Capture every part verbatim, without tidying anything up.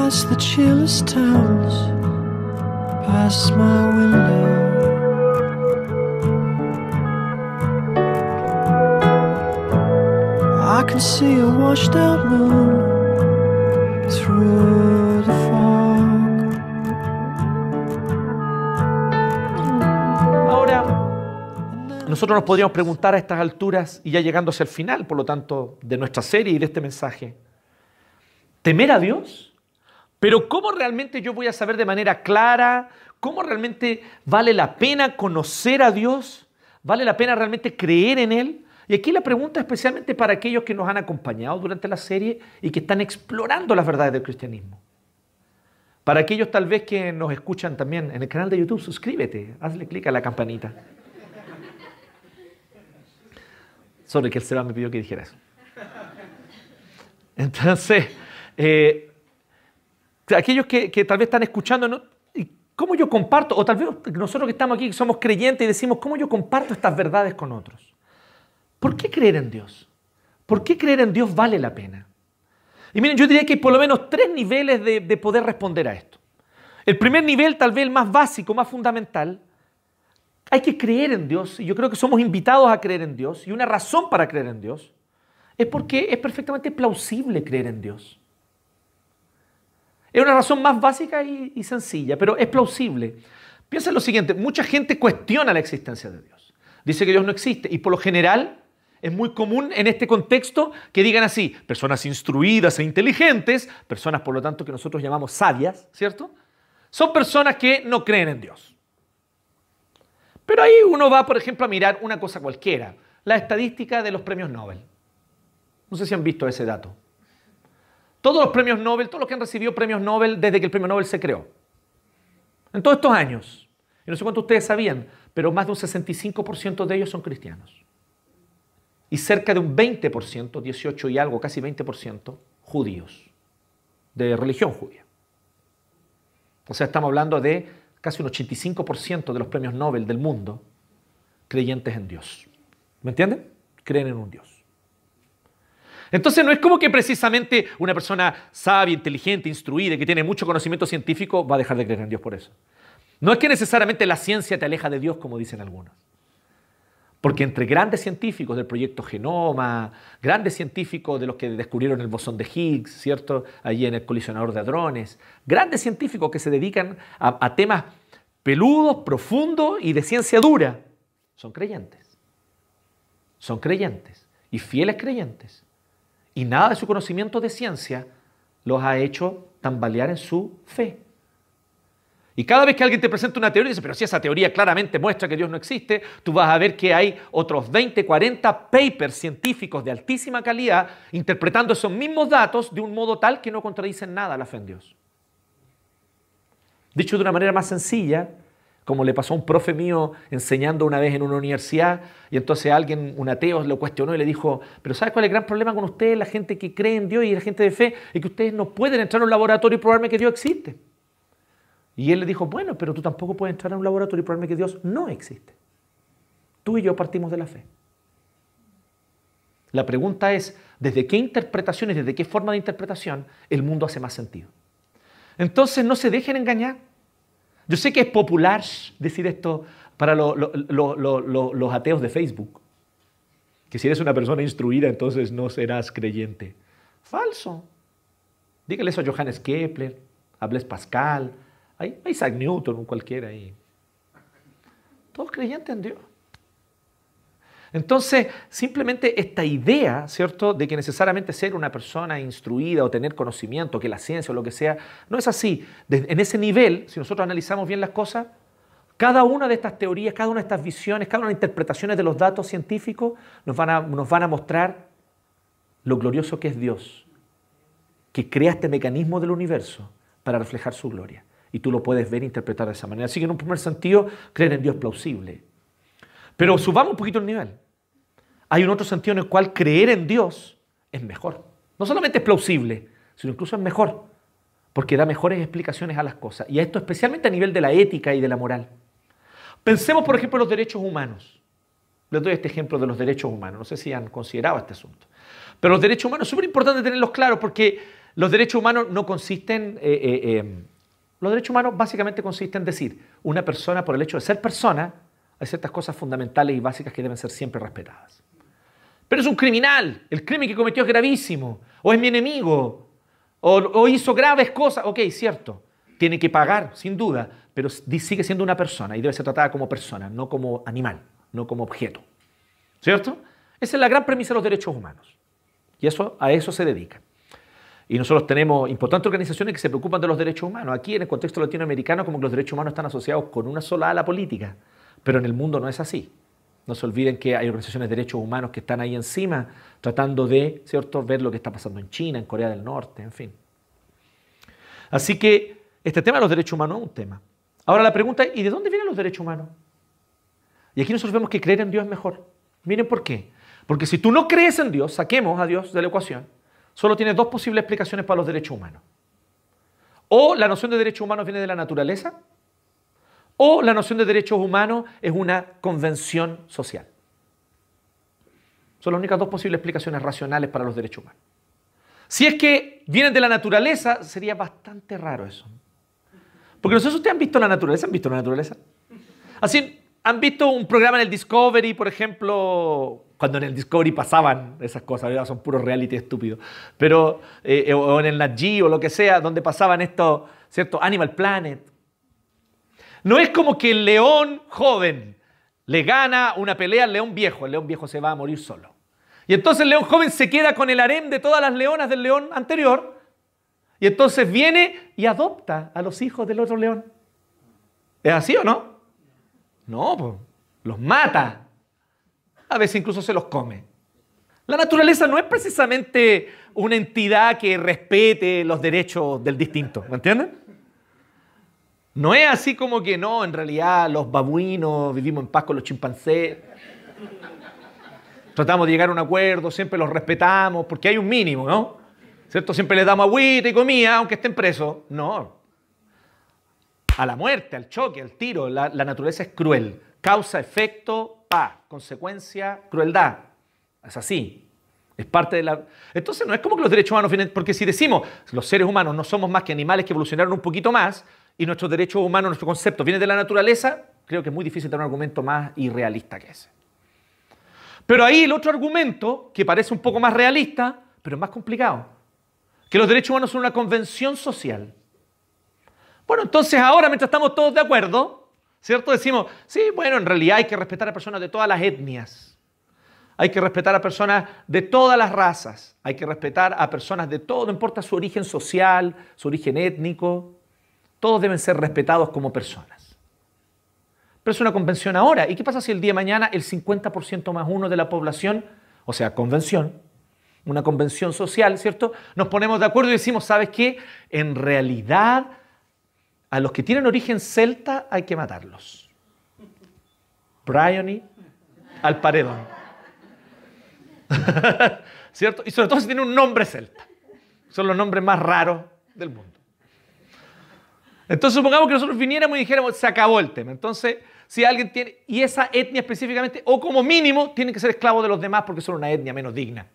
past the chillest towns, past my window. I can see a washed out moon through the fog. Ahora, nosotros nos podríamos preguntar a estas alturas, y ya llegando hacia el final, por lo tanto, de nuestra serie y de este mensaje, ¿temer a Dios? Pero ¿cómo realmente yo voy a saber de manera clara? ¿Cómo realmente vale la pena conocer a Dios? ¿Vale la pena realmente creer en Él? Y aquí la pregunta especialmente para aquellos que nos han acompañado durante la serie y que están explorando las verdades del cristianismo. Para aquellos tal vez que nos escuchan también en el canal de YouTube, suscríbete, hazle clic a la campanita. Sobre que el Seba me pidió que dijera eso. Entonces, eh, aquellos que, que tal vez están escuchando, ¿no? ¿Cómo yo comparto? O tal vez nosotros que estamos aquí, que somos creyentes y decimos, ¿cómo yo comparto estas verdades con otros? ¿Por qué creer en Dios? ¿Por qué creer en Dios vale la pena? Y miren, yo diría que hay por lo menos tres niveles de, de poder responder a esto. El primer nivel, tal vez el más básico, más fundamental, hay que creer en Dios, y yo creo que somos invitados a creer en Dios, y una razón para creer en Dios es porque es perfectamente plausible creer en Dios. Es una razón más básica y, y sencilla, pero es plausible. Piensa en lo siguiente, mucha gente cuestiona la existencia de Dios. Dice que Dios no existe, y por lo general es muy común en este contexto que digan así, personas instruidas e inteligentes, personas por lo tanto que nosotros llamamos sabias, ¿cierto? Son personas que no creen en Dios. Pero ahí uno va, por ejemplo, a mirar una cosa cualquiera, la estadística de los premios Nobel. No sé si han visto ese dato. Todos los premios Nobel, todos los que han recibido premios Nobel desde que el premio Nobel se creó. En todos estos años, y no sé cuántos ustedes sabían, pero más de un sesenta y cinco por ciento de ellos son cristianos. Y cerca de un veinte por ciento, dieciocho y algo, casi veinte por ciento, judíos, de religión judía. O sea, estamos hablando de casi un ochenta y cinco por ciento de los premios Nobel del mundo creyentes en Dios. ¿Me entienden? Creen en un Dios. Entonces no es como que precisamente una persona sabia, inteligente, instruida, que tiene mucho conocimiento científico va a dejar de creer en Dios por eso. No es que necesariamente la ciencia te aleja de Dios, como dicen algunos. Porque entre grandes científicos del proyecto Genoma, grandes científicos de los que descubrieron el bosón de Higgs, ¿cierto? Allí en el colisionador de hadrones, grandes científicos que se dedican a, a temas peludos, profundos y de ciencia dura, son creyentes. Son creyentes y fieles creyentes. Y nada de su conocimiento de ciencia los ha hecho tambalear en su fe. Y cada vez que alguien te presenta una teoría, dice, pero si esa teoría claramente muestra que Dios no existe, tú vas a ver que hay otros veinte, cuarenta papers científicos de altísima calidad interpretando esos mismos datos de un modo tal que no contradicen nada a la fe en Dios. Dicho de una manera más sencilla, como le pasó a un profe mío enseñando una vez en una universidad, y entonces alguien, un ateo, lo cuestionó y le dijo, pero ¿sabes cuál es el gran problema con ustedes, la gente que cree en Dios y la gente de fe? Es que ustedes no pueden entrar a un laboratorio y probarme que Dios existe. Y él le dijo, bueno, pero tú tampoco puedes entrar a un laboratorio y probarme que Dios no existe. Tú y yo partimos de la fe. La pregunta es, ¿desde qué interpretaciones, desde qué forma de interpretación el mundo hace más sentido? Entonces no se dejen engañar. Yo sé que es popular decir esto para lo, lo, lo, lo, lo, los ateos de Facebook, que si eres una persona instruida entonces no serás creyente. Falso. Dígale eso a Johannes Kepler, a Blaise Pascal, a Isaac Newton o cualquiera ahí. Todos creyentes en Dios. Entonces, simplemente esta idea, ¿cierto?, de que necesariamente ser una persona instruida o tener conocimiento, que la ciencia o lo que sea, no es así. En ese nivel, si nosotros analizamos bien las cosas, cada una de estas teorías, cada una de estas visiones, cada una de las interpretaciones de los datos científicos nos van a, nos van a mostrar lo glorioso que es Dios, que crea este mecanismo del universo para reflejar su gloria. Y tú lo puedes ver e interpretar de esa manera. Así que en un primer sentido, creer en Dios es plausible. Pero subamos un poquito el nivel. Hay un otro sentido en el cual creer en Dios es mejor. No solamente es plausible, sino incluso es mejor, porque da mejores explicaciones a las cosas. Y esto especialmente a nivel de la ética y de la moral. Pensemos, por ejemplo, en los derechos humanos. Les doy este ejemplo de los derechos humanos. No sé si han considerado este asunto. Pero los derechos humanos es súper importante tenerlos claros porque Los derechos humanos no consisten... eh, eh, eh, los derechos humanos básicamente consisten en decir, una persona por el hecho de ser persona, hay ciertas cosas fundamentales y básicas que deben ser siempre respetadas. Pero es un criminal, el crimen que cometió es gravísimo, o es mi enemigo, o, o hizo graves cosas. Ok, cierto, tiene que pagar, sin duda, pero sigue siendo una persona y debe ser tratada como persona, no como animal, no como objeto. ¿Cierto? Esa es la gran premisa de los derechos humanos. Y eso, a eso se dedican. Y nosotros tenemos importantes organizaciones que se preocupan de los derechos humanos. Aquí, en el contexto latinoamericano, como que los derechos humanos están asociados con una sola ala política. Pero en el mundo no es así. No se olviden que hay organizaciones de derechos humanos que están ahí encima, tratando de, ¿cierto?, ver lo que está pasando en China, en Corea del Norte, en fin. Así que este tema de los derechos humanos es un tema. Ahora la pregunta es, ¿y de dónde vienen los derechos humanos? Y aquí nosotros vemos que creer en Dios es mejor. Miren por qué. Porque si tú no crees en Dios, saquemos a Dios de la ecuación, solo tienes dos posibles explicaciones para los derechos humanos. O la noción de derechos humanos viene de la naturaleza, o la noción de derechos humanos es una convención social. Son las únicas dos posibles explicaciones racionales para los derechos humanos. Si es que vienen de la naturaleza, sería bastante raro eso. Porque no sé si ustedes han visto la naturaleza. ¿Han visto la naturaleza? Así, ¿han visto un programa en el Discovery, por ejemplo, cuando en el Discovery pasaban esas cosas? ¿Verdad? Son puros reality estúpidos. Pero, eh, o en el Nat Geo o lo que sea, donde pasaban estos, ¿cierto? Animal Planet. No es como que el león joven le gana una pelea al león viejo. El león viejo se va a morir solo. Y entonces el león joven se queda con el harem de todas las leonas del león anterior. Y entonces viene y adopta a los hijos del otro león. ¿Es así o no? No, pues los mata. A veces incluso se los come. La naturaleza no es precisamente una entidad que respete los derechos del distinto. ¿Me entienden? No es así como que no, en realidad los babuinos vivimos en paz con los chimpancés. Tratamos de llegar a un acuerdo, siempre los respetamos, porque hay un mínimo, ¿no? ¿Cierto? Siempre les damos agüita y comida, aunque estén presos. No. A la muerte, al choque, al tiro. La, la naturaleza es cruel. Causa, efecto, pa. Consecuencia, crueldad. Es así. Es parte de la... Entonces no es como que los derechos humanos vienen... Porque si decimos, los seres humanos no somos más que animales que evolucionaron un poquito más, y nuestros derechos humanos, nuestros conceptos vienen de la naturaleza, creo que es muy difícil tener un argumento más irrealista que ese. Pero ahí el otro argumento, que parece un poco más realista, pero es más complicado, que los derechos humanos son una convención social. Bueno, entonces ahora, mientras estamos todos de acuerdo, ¿cierto? Decimos, sí, bueno, en realidad hay que respetar a personas de todas las etnias, hay que respetar a personas de todas las razas, hay que respetar a personas de todo, no importa su origen social, su origen étnico, todos deben ser respetados como personas. Pero es una convención ahora. ¿Y qué pasa si el día de mañana el cincuenta por ciento más uno de la población, o sea, convención, una convención social, ¿cierto? Nos ponemos de acuerdo y decimos, ¿sabes qué? En realidad, a los que tienen origen celta hay que matarlos. Bryony al paredón. ¿Cierto? Y sobre todo si tienen un nombre celta. Son los nombres más raros del mundo. Entonces supongamos que nosotros viniéramos y dijéramos, se acabó el tema. Entonces, si alguien tiene, y esa etnia específicamente, o como mínimo, tienen que ser esclavos de los demás porque son una etnia menos digna.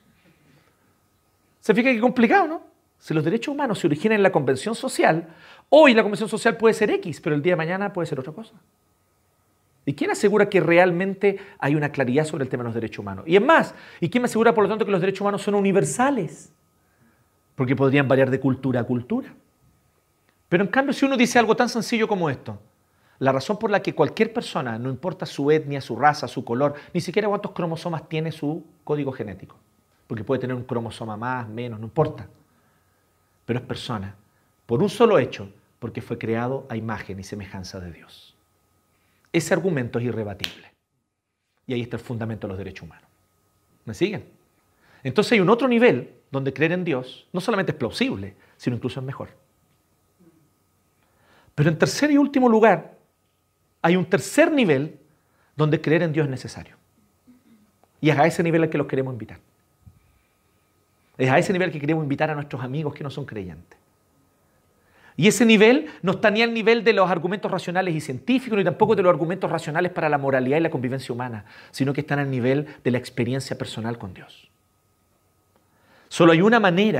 ¿Se fija qué complicado, no? Si los derechos humanos se originan en la convención social, hoy la convención social puede ser X, pero el día de mañana puede ser otra cosa. ¿Y quién asegura que realmente hay una claridad sobre el tema de los derechos humanos? Y es más, ¿y quién me asegura por lo tanto que los derechos humanos son universales? Porque podrían variar de cultura a cultura. Pero en cambio, si uno dice algo tan sencillo como esto, la razón por la que cualquier persona, no importa su etnia, su raza, su color, ni siquiera cuántos cromosomas tiene su código genético, porque puede tener un cromosoma más, menos, no importa, pero es persona, por un solo hecho, porque fue creado a imagen y semejanza de Dios. Ese argumento es irrebatible. Y ahí está el fundamento de los derechos humanos. ¿Me siguen? Entonces hay un otro nivel donde creer en Dios no solamente es plausible, sino incluso es mejor. Pero en tercer y último lugar, hay un tercer nivel donde creer en Dios es necesario. Y es a ese nivel al que los queremos invitar. Es a ese nivel que queremos invitar a nuestros amigos que no son creyentes. Y ese nivel no está ni al nivel de los argumentos racionales y científicos, ni tampoco de los argumentos racionales para la moralidad y la convivencia humana, sino que están al nivel de la experiencia personal con Dios. Solo hay una manera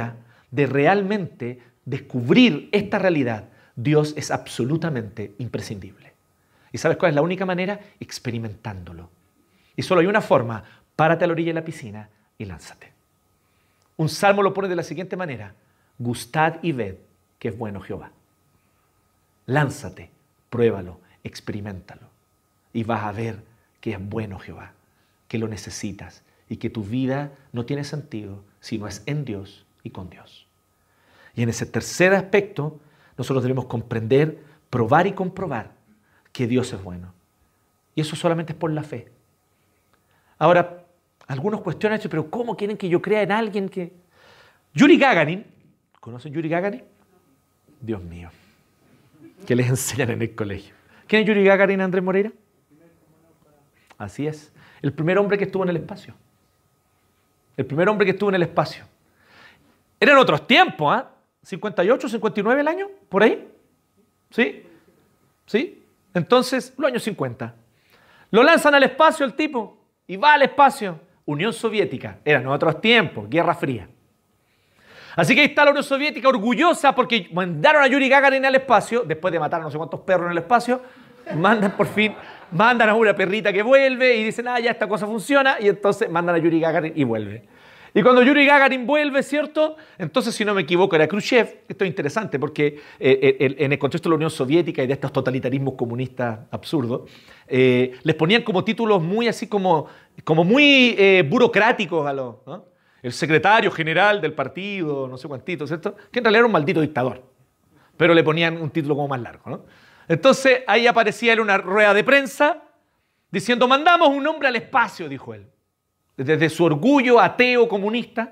de realmente descubrir esta realidad, Dios es absolutamente imprescindible. ¿Y sabes cuál es la única manera? Experimentándolo. Y solo hay una forma: párate a la orilla de la piscina y lánzate. Un salmo lo pone de la siguiente manera: gustad y ved que es bueno Jehová. Lánzate, pruébalo, experiméntalo. Y vas a ver que es bueno Jehová, que lo necesitas y que tu vida no tiene sentido si no es en Dios y con Dios. Y en ese tercer aspecto, nosotros debemos comprender, probar y comprobar que Dios es bueno. Y eso solamente es por la fe. Ahora, algunos cuestionan, pero ¿cómo quieren que yo crea en alguien que...? Yuri Gagarin, ¿conocen Yuri Gagarin? Dios mío, ¿qué les enseñan en el colegio? ¿Quién es Yuri Gagarin, Andrés Moreira? Así es, el primer hombre que estuvo en el espacio. El primer hombre que estuvo en el espacio. Eran otros tiempos, ¿ah? ¿eh? ¿cincuenta y ocho, cincuenta y nueve el año? ¿Por ahí? ¿Sí? ¿Sí? Entonces, los años cincuenta. Lo lanzan al espacio el tipo y va al espacio. Unión Soviética. Eran otros tiempos, Guerra Fría. Así que ahí está la Unión Soviética orgullosa porque mandaron a Yuri Gagarin al espacio, después de matar a no sé cuántos perros en el espacio, mandan por fin, mandan a una perrita que vuelve y dicen, ah, ya esta cosa funciona, y entonces mandan a Yuri Gagarin y vuelve. Y cuando Yuri Gagarin vuelve, ¿cierto? Entonces, si no me equivoco, era Khrushchev. Esto es interesante porque eh, en el contexto de la Unión Soviética y de estos totalitarismos comunistas absurdos, eh, les ponían como títulos muy así como, como muy eh, burocráticos a los... ¿no? El secretario general del partido, no sé cuántito, ¿cierto? Que en realidad era un maldito dictador, pero le ponían un título como más largo, ¿no? Entonces ahí aparecía él en una rueda de prensa diciendo, mandamos un hombre al espacio, dijo él, desde su orgullo ateo comunista,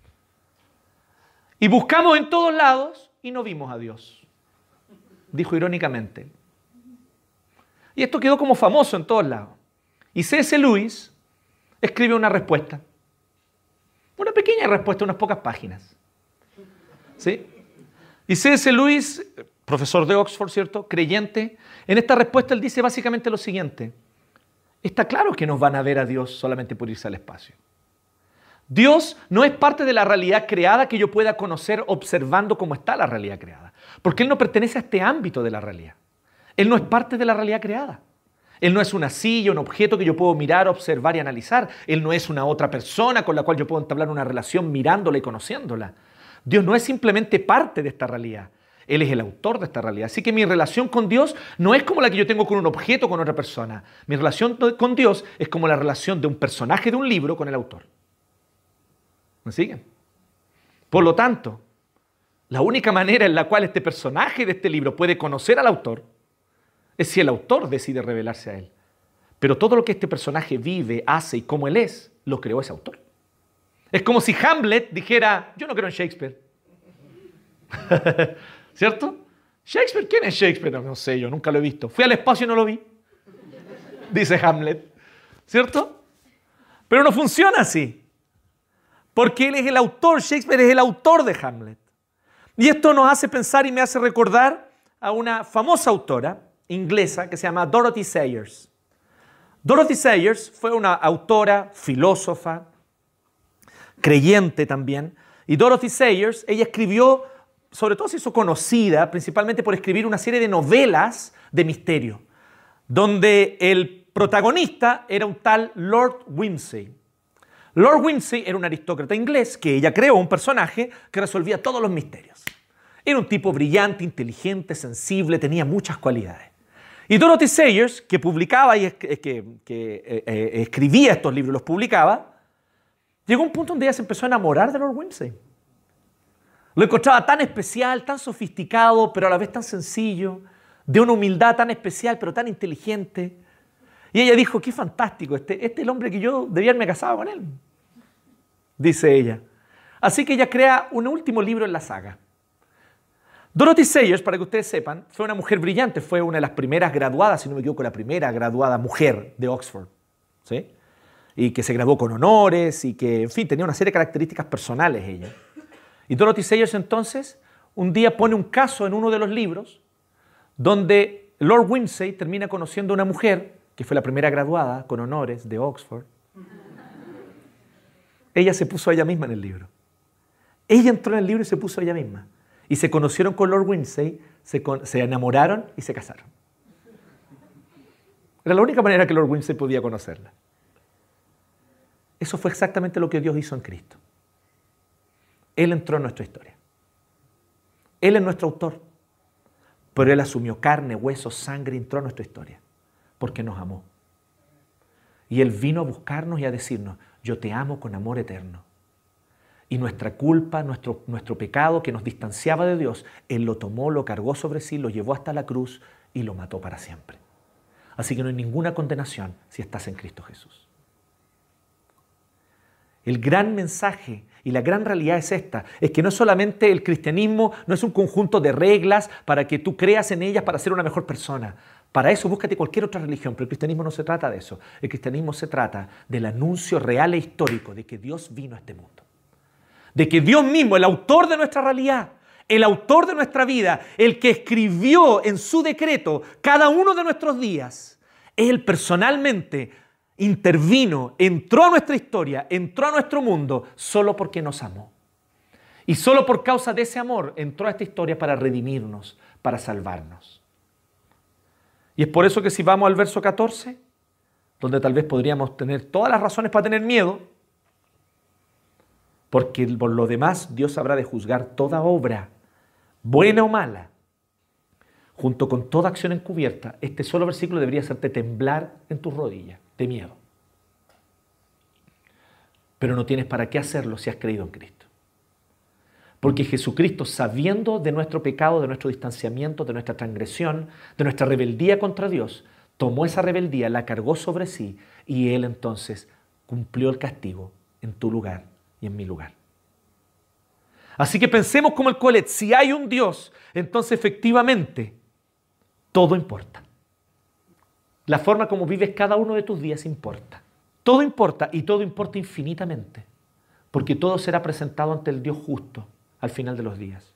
y buscamos en todos lados y no vimos a Dios, dijo irónicamente. Y esto quedó como famoso en todos lados. Y C S Lewis escribe una respuesta. Una pequeña respuesta, unas pocas páginas. ¿Sí? Y C S Lewis, profesor de Oxford, ¿cierto? Creyente, en esta respuesta él dice básicamente lo siguiente. Está claro que nos van a ver a Dios solamente por irse al espacio. Dios no es parte de la realidad creada que yo pueda conocer observando cómo está la realidad creada. Porque Él no pertenece a este ámbito de la realidad. Él no es parte de la realidad creada. Él no es una silla, un objeto que yo puedo mirar, observar y analizar. Él no es una otra persona con la cual yo puedo entablar una relación mirándola y conociéndola. Dios no es simplemente parte de esta realidad. Él es el autor de esta realidad. Así que mi relación con Dios no es como la que yo tengo con un objeto, con otra persona. Mi relación con Dios es como la relación de un personaje de un libro con el autor. ¿Me siguen? Por lo tanto, la única manera en la cual este personaje de este libro puede conocer al autor es si el autor decide revelarse a él. Pero todo lo que este personaje vive, hace y cómo él es, lo creó ese autor. Es como si Hamlet dijera, yo no creo en Shakespeare. ¿Cierto? ¿Shakespeare? ¿Quién es Shakespeare? No, no sé, yo nunca lo he visto. Fui al espacio y no lo vi. Dice Hamlet. ¿Cierto? Pero no funciona así. Porque él es el autor, Shakespeare es el autor de Hamlet. Y esto nos hace pensar y me hace recordar a una famosa autora inglesa que se llama Dorothy Sayers. Dorothy Sayers fue una autora, filósofa, creyente también. Y Dorothy Sayers, ella escribió, sobre todo se hizo conocida, principalmente por escribir una serie de novelas de misterio, donde el protagonista era un tal Lord Wimsey. Lord Wimsey era un aristócrata inglés que ella creó un personaje que resolvía todos los misterios. Era un tipo brillante, inteligente, sensible, tenía muchas cualidades. Y Dorothy Sayers, que publicaba y que, que, que eh, eh, escribía estos libros, los publicaba, llegó a un punto donde ella se empezó a enamorar de Lord Wimsey. Lo encontraba tan especial, tan sofisticado, pero a la vez tan sencillo, de una humildad tan especial, pero tan inteligente. Y ella dijo, qué fantástico, este, este es el hombre que yo debía haberme casado con él, dice ella. Así que ella crea un último libro en la saga. Dorothy Sayers, para que ustedes sepan, fue una mujer brillante, fue una de las primeras graduadas, si no me equivoco, la primera graduada mujer de Oxford, ¿sí? Y que se graduó con honores y que, en fin, tenía una serie de características personales ella. Y Dorothy Sayers entonces, un día pone un caso en uno de los libros donde Lord Wimsey termina conociendo a una mujer que fue la primera graduada con honores de Oxford. Ella se puso a ella misma en el libro. Ella entró en el libro y se puso ella misma. Y se conocieron con Lord Wimsey, se, con, se enamoraron y se casaron. Era la única manera que Lord Wimsey podía conocerla. Eso fue exactamente lo que Dios hizo en Cristo. Él entró en nuestra historia. Él es nuestro autor. Pero Él asumió carne, hueso, sangre y entró en nuestra historia. Porque nos amó. Y Él vino a buscarnos y a decirnos, yo te amo con amor eterno. Y nuestra culpa, nuestro, nuestro pecado que nos distanciaba de Dios, Él lo tomó, lo cargó sobre sí, lo llevó hasta la cruz y lo mató para siempre. Así que no hay ninguna condenación si estás en Cristo Jesús. El gran mensaje y la gran realidad es esta, es que no solamente el cristianismo no es un conjunto de reglas para que tú creas en ellas para ser una mejor persona. Para eso búscate cualquier otra religión, pero el cristianismo no se trata de eso. El cristianismo se trata del anuncio real e histórico de que Dios vino a este mundo. De que Dios mismo, el autor de nuestra realidad, el autor de nuestra vida, el que escribió en su decreto cada uno de nuestros días, Él personalmente intervino, entró a nuestra historia, entró a nuestro mundo solo porque nos amó. Y solo por causa de ese amor entró a esta historia para redimirnos, para salvarnos. Y es por eso que si vamos al verso catorce, donde tal vez podríamos tener todas las razones para tener miedo, porque por lo demás Dios habrá de juzgar toda obra, buena o mala, junto con toda acción encubierta. Este solo versículo debería hacerte temblar en tus rodillas, de miedo. Pero no tienes para qué hacerlo si has creído en Cristo. Porque Jesucristo, sabiendo de nuestro pecado, de nuestro distanciamiento, de nuestra transgresión, de nuestra rebeldía contra Dios, tomó esa rebeldía, la cargó sobre sí y Él entonces cumplió el castigo en tu lugar y en mi lugar. Así que pensemos como el Coelet, si hay un Dios, entonces efectivamente todo importa. La forma como vives cada uno de tus días importa. Todo importa y todo importa infinitamente, porque todo será presentado ante el Dios justo al final de los días.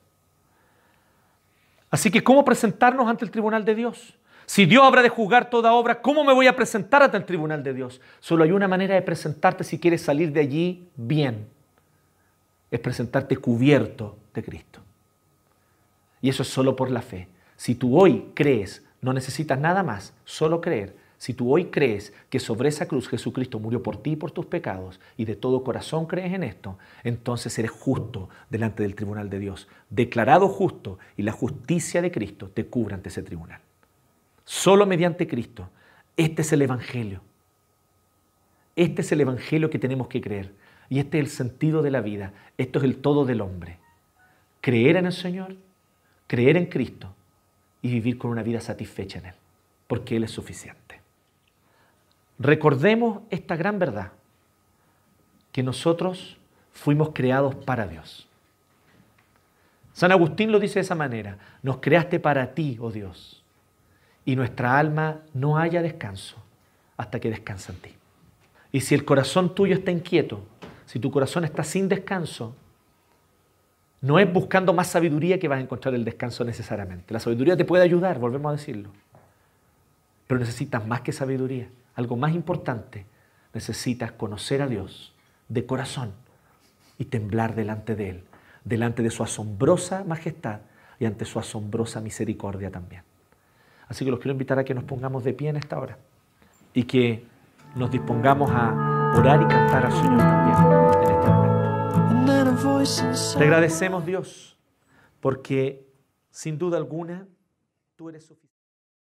Así que, ¿cómo presentarnos ante el tribunal de Dios? Si Dios habrá de juzgar toda obra, ¿cómo me voy a presentar ante el tribunal de Dios? Solo hay una manera de presentarte si quieres salir de allí bien. Es presentarte cubierto de Cristo. Y eso es solo por la fe. Si tú hoy crees, no necesitas nada más, solo creer. Si tú hoy crees que sobre esa cruz Jesucristo murió por ti y por tus pecados y de todo corazón crees en esto, entonces eres justo delante del tribunal de Dios, declarado justo, y la justicia de Cristo te cubre ante ese tribunal. Solo mediante Cristo. Este es el Evangelio. Este es el Evangelio que tenemos que creer. Y este es el sentido de la vida. Esto es el todo del hombre. Creer en el Señor, creer en Cristo y vivir con una vida satisfecha en Él, porque Él es suficiente. Recordemos esta gran verdad, que nosotros fuimos creados para Dios. San Agustín lo dice de esa manera: nos creaste para ti, oh Dios, y nuestra alma no halla descanso hasta que descansa en ti. Y si el corazón tuyo está inquieto, si tu corazón está sin descanso, no es buscando más sabiduría que vas a encontrar el descanso necesariamente. La sabiduría te puede ayudar, volvemos a decirlo, pero necesitas más que sabiduría. Algo más importante, necesitas conocer a Dios de corazón y temblar delante de Él, delante de su asombrosa majestad y ante su asombrosa misericordia también. Así que los quiero invitar a que nos pongamos de pie en esta hora y que nos dispongamos a orar y cantar al Señor también en este momento. Te agradecemos, Dios, porque sin duda alguna tú eres suficiente.